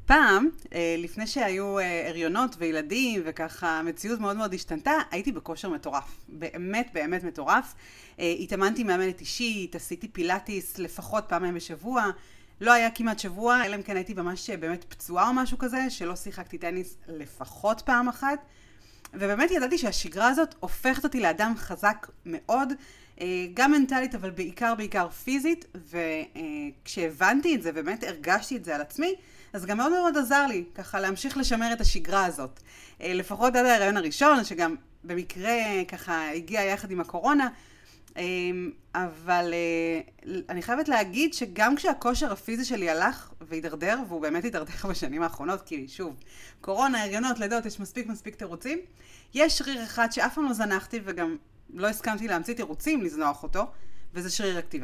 פעם, לפני שהיו הריונות וילדים וככה המציאות מאוד מאוד השתנתה, הייתי בכושר מטורף. באמת באמת מטורף. התאמנתי מאמנת אישית, עשיתי פילאטיס לפחות פעמיים בשבוע. לא היה כמעט שבוע, אלא אם כן הייתי ממש באמת פצועה או משהו כזה, שלא שיחקתי טניס לפחות פעם אחת. ובאמת ידעתי שהשגרה הזאת הופכת אותי לאדם חזק מאוד, גם מנטלית אבל בעיקר פיזית, וכשהבנתי את זה, באמת הרגשתי את זה על עצמי, אז גם מאוד מאוד עזר לי ככה להמשיך לשמר את השגרה הזאת. לפחות עד ההיריון הראשון, שגם במקרה ככה הגיע יחד עם הקורונה, אבל אני חייבת להגיד שגם כשהכושר הפיזי שלי הלך והידרדר, והוא באמת הידרדר בשנים האחרונות, כי שוב, קורונה, הריונות, לידות, יש מספיק תירוצים, יש שריר אחד שאף פעם לא זנחתי וגם לא הסכמתי להמציא תירוצים לזנוח אותו, וזה שריר הכתיבה.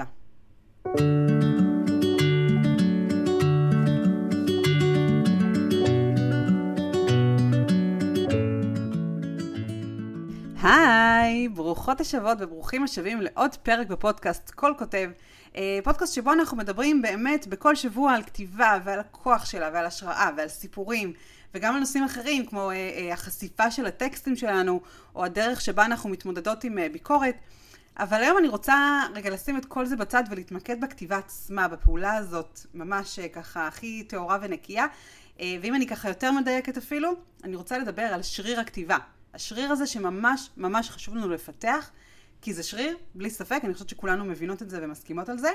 היי, ברוכות השבות וברוכים השבים לעוד פרק בפודקאסט כל כותב. פודקאסט שבו אנחנו מדברים באמת בכל שבוע על כתיבה ועל הכוח שלה ועל השראה ועל סיפורים וגם על נושאים אחרים כמו החשיפה של הטקסטים שלנו או הדרך שבה אנחנו מתמודדות עם ביקורת. אבל היום אני רוצה רגע לשים את כל זה בצד ולהתמקד בכתיבה עצמה, בפעולה הזאת ממש ככה הכי טהורה ונקייה. ואם אני ככה יותר מדייקת אפילו, אני רוצה לדבר על שריר הכתיבה. השריר הזה שממש ממש חשוב לנו לפתח, כי זה שריר, בלי ספק, אני חושבת שכולנו מבינות את זה ומסכימות על זה.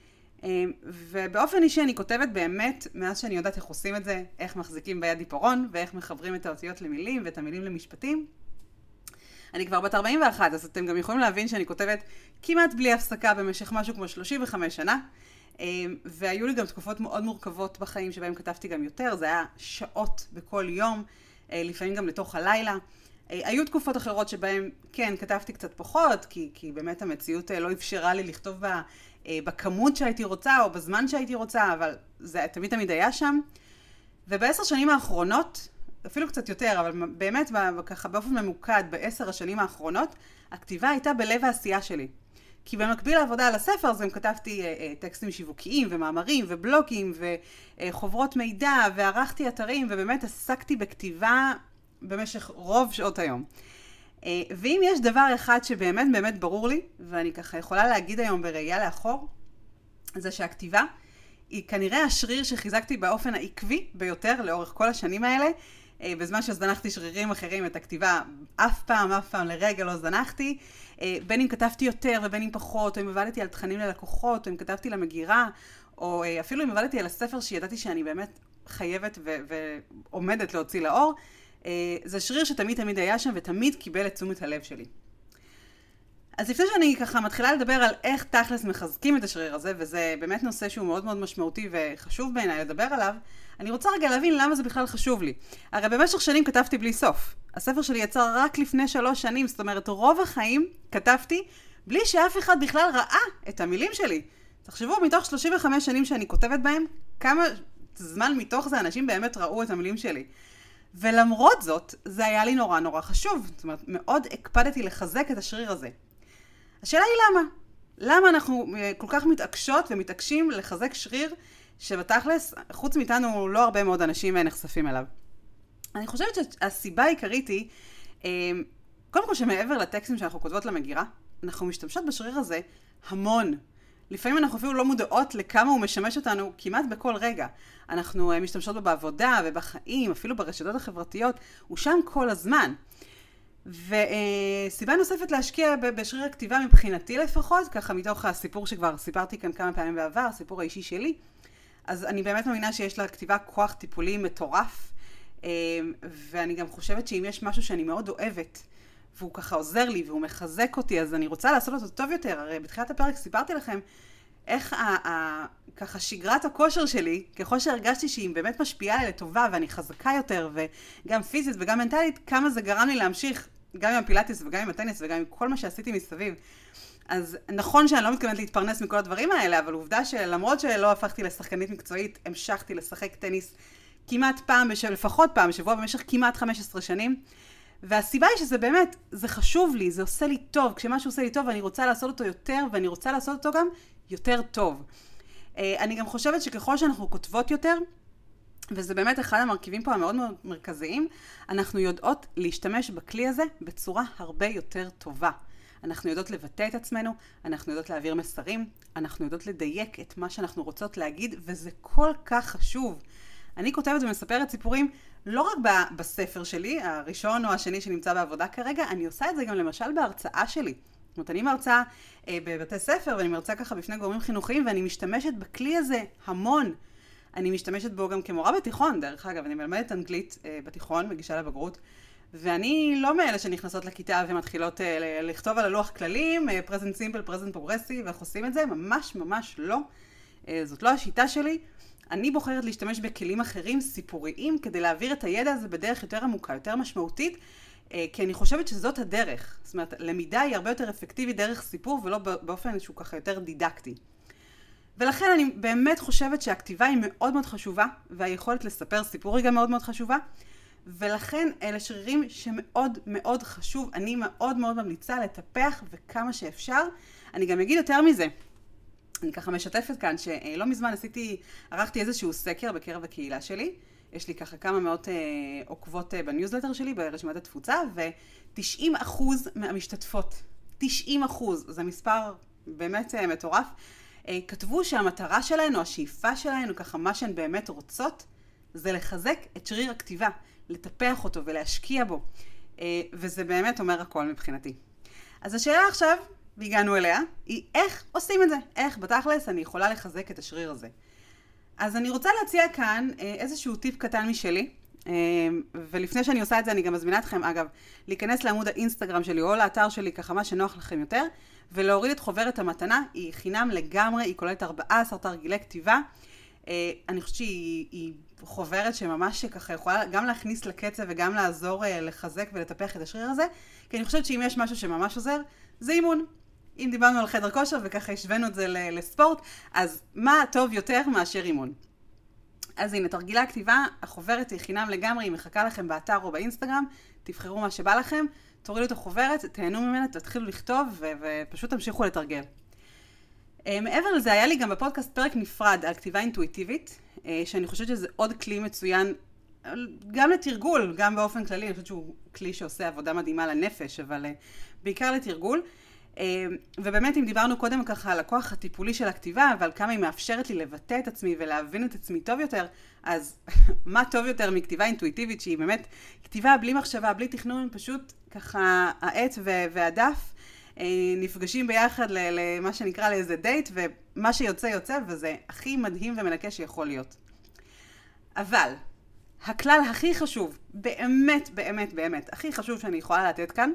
ובאופן אישי אני כותבת באמת, מאז שאני יודעת איך עושים את זה, איך מחזיקים ביד עיפרון, ואיך מחברים את האותיות למילים ואת המילים למשפטים. אני כבר בת 41, אז אתם גם יכולים להבין שאני כותבת כמעט בלי הפסקה במשך משהו כמו 35 שנה. והיו לי גם תקופות מאוד מורכבות בחיים שבהם כתבתי גם יותר, זה היה שעות בכל יום, לפעמים גם לתוך הלילה. היו תקופות אחרות שבהן, כן, כתבתי קצת פחות, כי באמת המציאות לא אפשרה לי לכתוב בכמות שהייתי רוצה, או בזמן שהייתי רוצה, אבל זה תמיד היה שם. וב10 שנים האחרונות, אפילו קצת יותר, אבל באמת ככה באופן ממוקד, ב10 השנים האחרונות, הכתיבה הייתה בלב העשייה שלי. כי במקביל לעבודה על הספר, אז גם כתבתי טקסטים שיווקיים, ומאמרים, ובלוגים, וחוברות מידע, וערכתי אתרים, ובאמת עסקתי בכתיבה במשך רוב שעות היום. ואם יש דבר אחד שבאמת באמת ברור לי, ואני ככה יכולה להגיד היום בראייה לאחור, זה שהכתיבה היא כנראה השריר שחיזקתי באופן העקבי ביותר לאורך כל השנים האלה, בזמן שזנחתי שרירים אחרים את הכתיבה, אף פעם לרגע לא זנחתי, בין אם כתבתי יותר ובין אם פחות, או אם עבדתי על תכנים ללקוחות, או אם כתבתי למגירה, או אפילו אם עבדתי על הספר שידעתי שאני באמת חייבת ועומדת להוציא לאור, זה שריר שתמיד היה שם ותמיד קיבל את תשומת הלב שלי. אז לפני שאני ככה מתחילה לדבר על איך תכלס מחזקים את השריר הזה, וזה באמת נושא שהוא מאוד מאוד משמעותי וחשוב בעיניי לדבר עליו, אני רוצה רגע להבין למה זה בכלל חשוב לי. הרי במשך שנים כתבתי בלי סוף. הספר שלי יצא רק לפני 3 שנים, זאת אומרת רוב החיים כתבתי בלי שאף אחד בכלל ראה את המילים שלי. תחשבו, מתוך 35 שנים שאני כותבת בהם, כמה זמן מתוך זה אנשים באמת ראו את המילים שלי. ולמרות זאת, זה היה לי נורא חשוב. זאת אומרת, מאוד הקפדתי לחזק את השריר הזה. השאלה היא למה? למה אנחנו כל כך מתעקשות ומתעקשים לחזק שריר שבתכלס, חוץ מאיתנו, לא הרבה מאוד אנשים נחשפים אליו. אני חושבת שהסיבה העיקרית היא, קודם כל שמעבר לטקסטים שאנחנו כותבות למגירה, אנחנו משתמשות בשריר הזה המון. לפעמים אנחנו אפילו לא מודעות לכמה הוא משמש אותנו כמעט בכל רגע. אנחנו משתמשות בו בעבודה ובחיים, אפילו ברשתות החברתיות, הוא שם כל הזמן. וסיבה נוספת להשקיע בשריר הכתיבה מבחינתי לפחות, ככה מתוך הסיפור שכבר סיפרתי כאן כמה פעמים בעבר, הסיפור האישי שלי, אז אני באמת מאמינה שיש לכתיבה כוח טיפולי מטורף, ואני גם חושבת שאם יש משהו שאני מאוד אוהבת, והוא ככה עוזר לי והוא מחזק אותי, אז אני רוצה לעשות אותו טוב יותר. הרי בתחילת הפרק סיפרתי לכם איך ככה שגרת הכושר שלי, ככל שהרגשתי שהיא באמת משפיעה לי לטובה ואני חזקה יותר, וגם פיזית וגם מנטלית, כמה זה גרם לי להמשיך גם עם הפילאטיס וגם עם הטניס וגם עם כל מה שעשיתי מסביב. אז נכון שאני לא מתכוונת להתפרנס מכל הדברים האלה, אבל עובדה שלמרות שלא הפכתי לשחקנית מקצועית, המשכתי לשחק טניס כמעט לפחות פעם בשבוע במשך כמעט 15 שנים. והסיבה היא שזה באמת, זה חשוב לי, זה עושה לי טוב. כשמשהו עושה לי טוב, אני רוצה לעשות אותו יותר, ואני רוצה לעשות אותו גם יותר טוב. אני גם חושבת שככל שאנחנו כותבות יותר, וזה באמת אחד המרכיבים פה המאוד מאוד מרכזיים, אנחנו יודעות להשתמש בכלי הזה בצורה הרבה יותר טובה. אנחנו יודעות לבטא את עצמנו, אנחנו יודעות להעביר מסרים, אנחנו יודעות לדייק את מה שאנחנו רוצות להגיד, וזה כל כך חשוב. אני כותבת ומספרת סיפורים לא רק בספר שלי, הראשון או השני שנמצא בעבודה כרגע, אני עושה את זה גם למשל בהרצאה שלי. זאת אומרת, אני מרצה בבתי ספר, ואני מרצה ככה בפני גורמים חינוכיים, ואני משתמשת בכלי הזה המון. אני משתמשת בו גם כמורה בתיכון, דרך אגב, אני מלמדת אנגלית בתיכון, מגישה לבגרות, ואני לא מאלה שנכנסות לכיתה ומתחילות לכתוב על הלוח כללים, present simple, present progressive, ואיך עושים את זה? ממש ממש לא. זאת לא השיטה שלי. אני בוחרת להשתמש בכלים אחרים, סיפוריים, כדי להעביר את הידע הזה בדרך יותר עמוקה, יותר משמעותית, כי אני חושבת שזאת הדרך. זאת אומרת, למידה היא הרבה יותר אפקטיבית דרך סיפור, ולא באופן שהוא ככה יותר דידקטי. ולכן אני באמת חושבת שהכתיבה היא מאוד מאוד חשובה, והיכולת לספר סיפור היא גם מאוד מאוד חשובה, ולכן אלה שרירים שמאוד מאוד חשוב, אני מאוד מאוד ממליצה לטפח וכמה שאפשר. אני גם אגיד יותר מזה, אני ככה משתפת כאן שלא מזמן ערכתי איזשהו סקר בקרב הקהילה שלי, יש לי ככה כמה מאות עוקבות בניוזלטר שלי ברשימת התפוצה, ו90% מהמשתתפות, 90%, זה מספר באמת מטורף, כתבו שהמטרה שלהן או השאיפה שלהן, או ככה מה שהן באמת רוצות, זה לחזק את שריר הכתיבה, לטפח אותו ולהשקיע בו. וזה באמת אומר הכל מבחינתי. אז השאלה עכשיו, והגענו אליה, היא איך עושים את זה? איך בתכלס אני יכולה לחזק את השריר הזה? אז אני רוצה להציע כאן איזשהו טיפ קטן משלי, ולפני שאני עושה את זה אני גם מזמינה אתכם, אגב, להיכנס לעמוד האינסטגרם שלי או לאתר שלי, ככה מה שנוח לכם יותר, ולהוריד את חוברת המתנה, היא חינם לגמרי, היא כוללת 14 תרגילי כתיבה. אני חושבת שהיא חוברת שממש ככה יכולה גם להכניס לקצב וגם לעזור לחזק ולטפח את השריר הזה, כי אני חושבת שאם יש משהו שממש עוזר, זה אימון. אם דיברנו על חדר כושר וככה השווינו את זה לספורט, אז מה טוב יותר מאשר אימון? אז הנה, תרגילי הכתיבה, החוברת היא חינם לגמרי, היא מחכה לכם באתר או באינסטגרם, תבחרו מה שבא לכם, תורידו את החוברת, תהנו ממנה, תתחילו לכתוב ופשוט תמשיכו לתרגל. מעבר לזה, היה לי גם בפודקאסט פרק נפרד על כתיבה אינטואיטיבית, שאני חושבת שזה עוד כלי מצוין, גם לתרגול, גם באופן כללי, אני חושבת שהוא כלי שעושה עבודה מדהימה לנפש, אבל בעיקר לתרגול. ובאמת, אם דיברנו קודם ככה על הכוח הטיפולי של הכתיבה, אבל כמה היא מאפשרת לי לבטא את עצמי ולהבין את עצמי טוב יותר, אז מה טוב יותר מכתיבה אינטואיטיבית, שהיא באמת כתיבה בלי מחשבה, בלי תכנון, פשוט ככה העט והדף נפגשים ביחד למה שנקרא לאיזה דייט, ומה שיוצא יוצא, וזה הכי מדהים ומנקה שיכול להיות. אבל הכלל הכי חשוב, באמת, באמת, באמת, הכי חשוב שאני יכולה לתת כאן,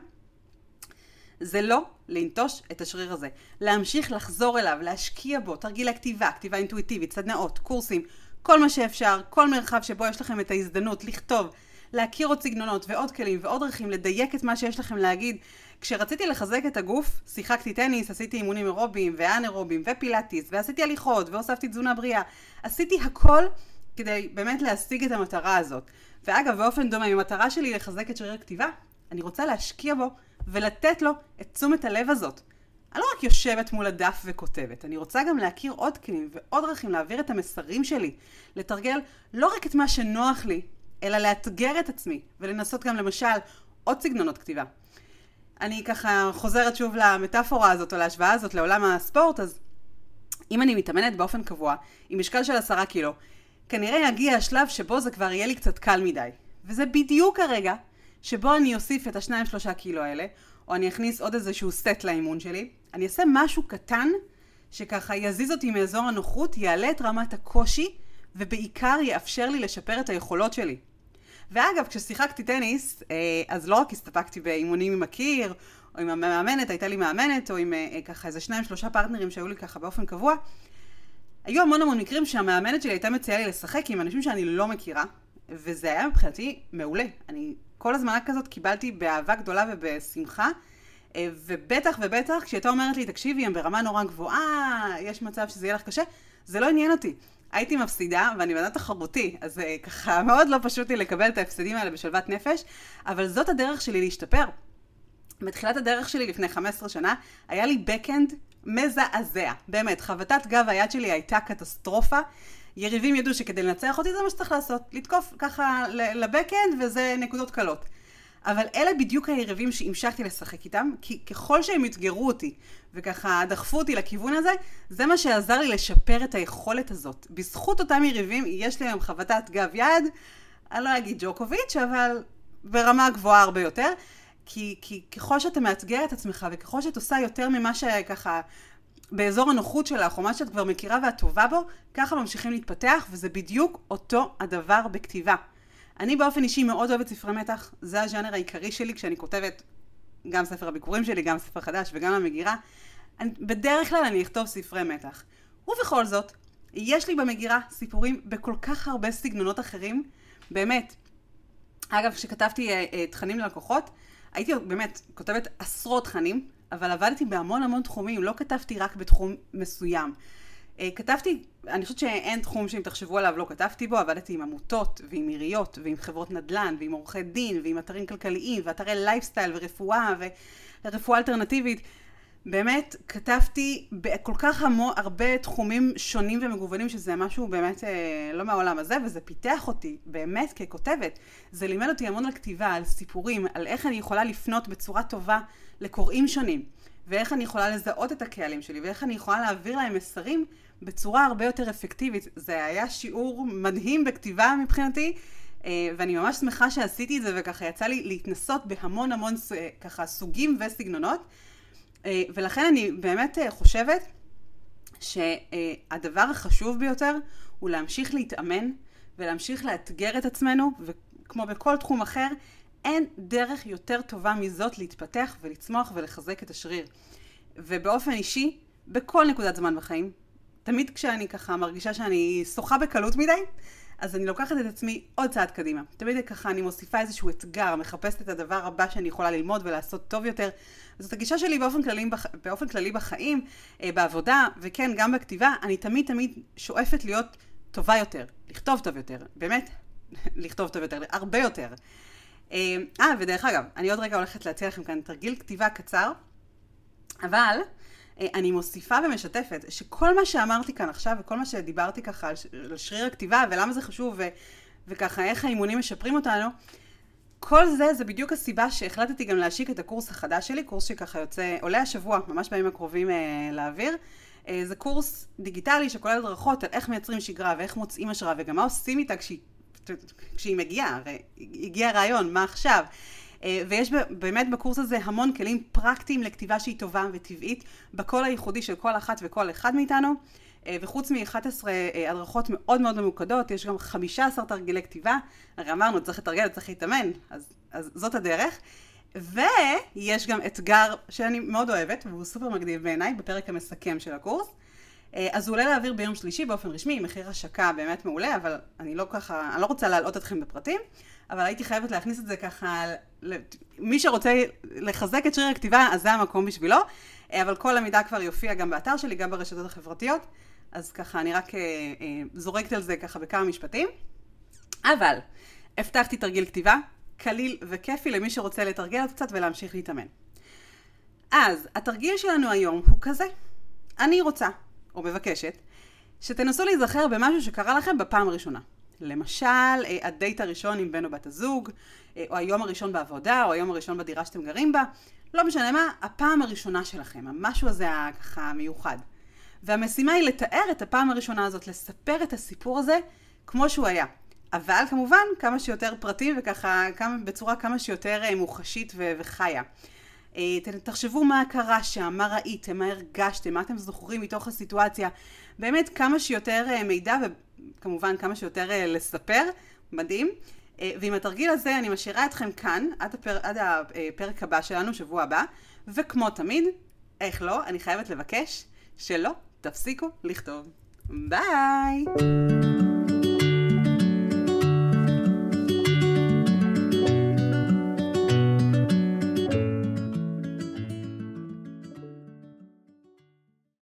זה לא לנטוש את השריר הזה. להמשיך לחזור אליו, להשקיע בו, תרגילי כתיבה, כתיבה אינטואיטיבית, סדנאות, קורסים, כל מה שאפשר, כל מרחב שבו יש לכם את ההזדמנות לכתוב, להכיר עוד סגנונות ועוד כלים ועוד דרכים, לדייק את מה שיש לכם להגיד. כשרציתי לחזק את הגוף, שיחקתי טניס, עשיתי אימונים אירוביים ואנאירוביים ופילאטיס, ועשיתי הליכות והוספתי תזונה בריאה. עשיתי הכל כדי באמת להשיג את המטרה הזאת. ואגב, באופן דומה, המטרה שלי לחזק את שריר הכתיבה, אני רוצה להשקיע בו ולתת לו את תשומת הלב הזאת. אני לא רק יושבת מול הדף וכותבת, אני רוצה גם להכיר עוד כלים ועוד דרכים להעביר את המסרים שלי, לתרגל לא רק את מה שנוח לי, אלא לאתגר את עצמי ולנסות גם למשל עוד סגנונות כתיבה. אני ככה חוזרת שוב למטאפורה הזאת או להשוואה הזאת לעולם הספורט, אז אם אני מתאמנת באופן קבוע עם משקל של 10 קילו, כנראה יגיע השלב שבו זה כבר יהיה לי קצת קל מדי. וזה בדיוק הרגע שבו אני אוסיף את 2-3 קילו האלה, או אני אכניס עוד איזשהו סט לאימון שלי, אני אעשה משהו קטן שככה יזיז אותי מאזור הנוחות, יעלה את רמת הקושי, ובעיקר יאפשר לי לשפר את היכולות שלי. ואגב, כששיחקתי טניס, אז לא רק הסתפקתי באימונים עם הקיר, או עם המאמנת, הייתה לי מאמנת, או עם ככה איזה 2-3 פרטנרים שהיו לי ככה באופן קבוע. היו המון מקרים שהמאמנת שלי הייתה מציעה לי לשחק עם אנשים שאני לא מכירה, וזה היה מבחינתי מעולה. אני כל הזמנה כזאת קיבלתי באהבה גדולה ובשמחה, ובטח כשהייתה אומרת לי, תקשיבי, הם ברמה נורא גבוהה, יש מצב שזה יהיה לך קשה, זה לא עניין אותי. הייתי מפסידה, ואני בנה תחרותי, אז ככה מאוד לא פשוט לי לקבל את ההפסדים האלה בשלוות נפש, אבל זאת הדרך שלי להשתפר. בתחילת הדרך שלי לפני 15 שנה, היה לי בקאנד מזעזע. באמת, חבטת גב היד שלי הייתה קטסטרופה. יריבים ידעו שכדי לנצח אותי זה מה שצריך לעשות, לתקוף ככה לבקאנד וזה נקודות קלות. אבל אלה בדיוק היריבים שהמשכתי לשחק איתם, כי ככל שהם יתגרו אותי וככה דחפו אותי לכיוון הזה, זה מה שעזר לי לשפר את היכולת הזאת. בזכות אותם יריבים יש לי היום חבטת גב יד, אני לא אגיד ג'וקוביץ', אבל ברמה גבוהה הרבה יותר, כי ככל שאתה מאתגר את עצמך וככל שאת עושה יותר ממה שככה באזור הנוחות שלך, או מה שאת כבר מכירה ואת טובה בו, ככה ממשיכים להתפתח, וזה בדיוק אותו הדבר בכתיבה. אני באופן אישי מאוד אוהבת ספרי מתח, זה הז'אנר העיקרי שלי כשאני כותבת גם ספר הביקורים שלי, גם ספר חדש וגם המגירה. בדרך כלל אני אכתוב ספרי מתח. ובכל זאת, יש לי במגירה סיפורים בכל כך הרבה סגנונות אחרים, באמת. אגב, כשכתבתי תכנים ללקוחות, הייתי באמת כותבת עשרות תכנים, אבל עבדתי בהמון תחומים, לא כתבתי רק בתחום מסוים. כתבתי, אני חושבת שאין תחום שאם תחשבו עליו לא כתבתי בו, עבדתי עם עמותות ועם עיריות ועם חברות נדל"ן ועם עורכי דין ועם אתרים כלכליים ואתרי לייפסטייל ורפואה ורפואה אלטרנטיבית. באמת כתבתי בכל כך הרבה תחומים שונים ומגוונים, שזה משהו באמת לא מהעולם הזה, וזה פיתח אותי באמת ככותבת. זה לימד אותי המון על כתיבה, על סיפורים, על איך אני יכולה לפנות בצורה טובה לקוראים שונים, ואיך אני יכולה לזהות את הקהלים שלי, ואיך אני יכולה להעביר להם מסרים בצורה הרבה יותר אפקטיבית. זה היה שיעור מדהים בכתיבה מבחינתי, ואני ממש שמחה שעשיתי את זה, וככה יצא לי להתנסות בהמון ככה סוגים וסגנונות. ולכן אני באמת חושבת שהדבר החשוב ביותר הוא להמשיך להתאמן ולהמשיך לאתגר את עצמנו, וכמו בכל תחום אחר, אין דרך יותר טובה מזאת להתפתח ולצמוח ולחזק את השריר. ובאופן אישי, בכל נקודת זמן בחיים, תמיד כשאני ככה מרגישה שאני שוחה בקלות מדי, אז אני לוקחת את עצמי עוד צעד קדימה. תמיד ככה אני מוסיפה איזשהו אתגר, מחפשת את הדבר הבא שאני יכולה ללמוד ולעשות טוב יותר. זאת הגישה שלי באופן כללי בחיים, בעבודה, וכן, גם בכתיבה, אני תמיד שואפת להיות טובה יותר, לכתוב טוב יותר, באמת, לכתוב טוב יותר, הרבה יותר. ודרך אגב, אני עוד רגע הולכת להציע לכם כאן תרגיל כתיבה קצר, אבל אני מוסיפה ומשתפת שכל מה שאמרתי כאן עכשיו, וכל מה שדיברתי ככה על שריר הכתיבה, ולמה זה חשוב, וככה איך האימונים משפרים אותנו, כל זה בדיוק הסיבה שהחלטתי גם להשיק את הקורס החדש שלי, קורס שככה עולה השבוע, ממש בימים הקרובים לאוויר. זה קורס דיגיטלי שכולל הדרכות על איך מייצרים שגרה, ואיך מוצאים השראה, וגם מה עושים איתה כשהיא מגיעה, הרי הגיע רעיון, מה עכשיו? ויש באמת בקורס הזה המון כלים פרקטיים לכתיבה שהיא טובה וטבעית, בקול הייחודי של כל אחת וכל אחד מאיתנו, וחוץ מ-11 הדרכות מאוד ממוקדות, יש גם 15 תרגילי כתיבה. הרי אמרנו, צריך לתרגל, צריך להתאמן, אז זאת הדרך. ויש גם אתגר שאני מאוד אוהבת, והוא סופר מגניב בעיניי, בפרק המסכם של הקורס. אז הוא עולה להעביר ביום שלישי באופן רשמי, עם מחיר השקה באמת מעולה, אבל אני לא רוצה להלאות אתכם בפרטים, אבל הייתי חייבת להכניס את זה ככה, מי שרוצה לחזק את שריר הכתיבה, אז זה המקום בשבילו, אבל כל המידע כבר יופיע גם באתר שלי, גם ברשתות החברתיות, אז ככה אני רק זורקת על זה ככה בכמה משפטים. אבל הבטחתי תרגיל כתיבה, קליל וכיפי למי שרוצה לתרגל קצת ולהמשיך להתאמן. אז התרגיל שלנו היום הוא כזה. אני רוצה, או מבקשת, שתנסו להיזכר במשהו שקרה לכם בפעם הראשונה. למשל, הדייט הראשון עם בן או בת הזוג, או היום הראשון בעבודה, או היום הראשון בדירה שאתם גרים בה. לא משנה מה, הפעם הראשונה שלכם, המשהו הזה ככה מיוחד. והמשימה היא לתאר את הפעם הראשונה הזאת, לספר את הסיפור הזה כמו שהוא היה. אבל כמובן, כמה שיותר פרטים וככה, בצורה כמה שיותר מוחשית וחיה. תחשבו מה קרה שם, מה ראיתם, מה הרגשתם, מה אתם זוכרים מתוך הסיטואציה. באמת כמה שיותר מידע וכמובן כמה שיותר לספר, מדהים. ועם התרגיל הזה אני משאירה אתכם כאן עד הפרק הבא שלנו, שבוע הבא. וכמו תמיד, איך לא, אני חייבת לבקש שלא תפסיקו לכתוב. ביי!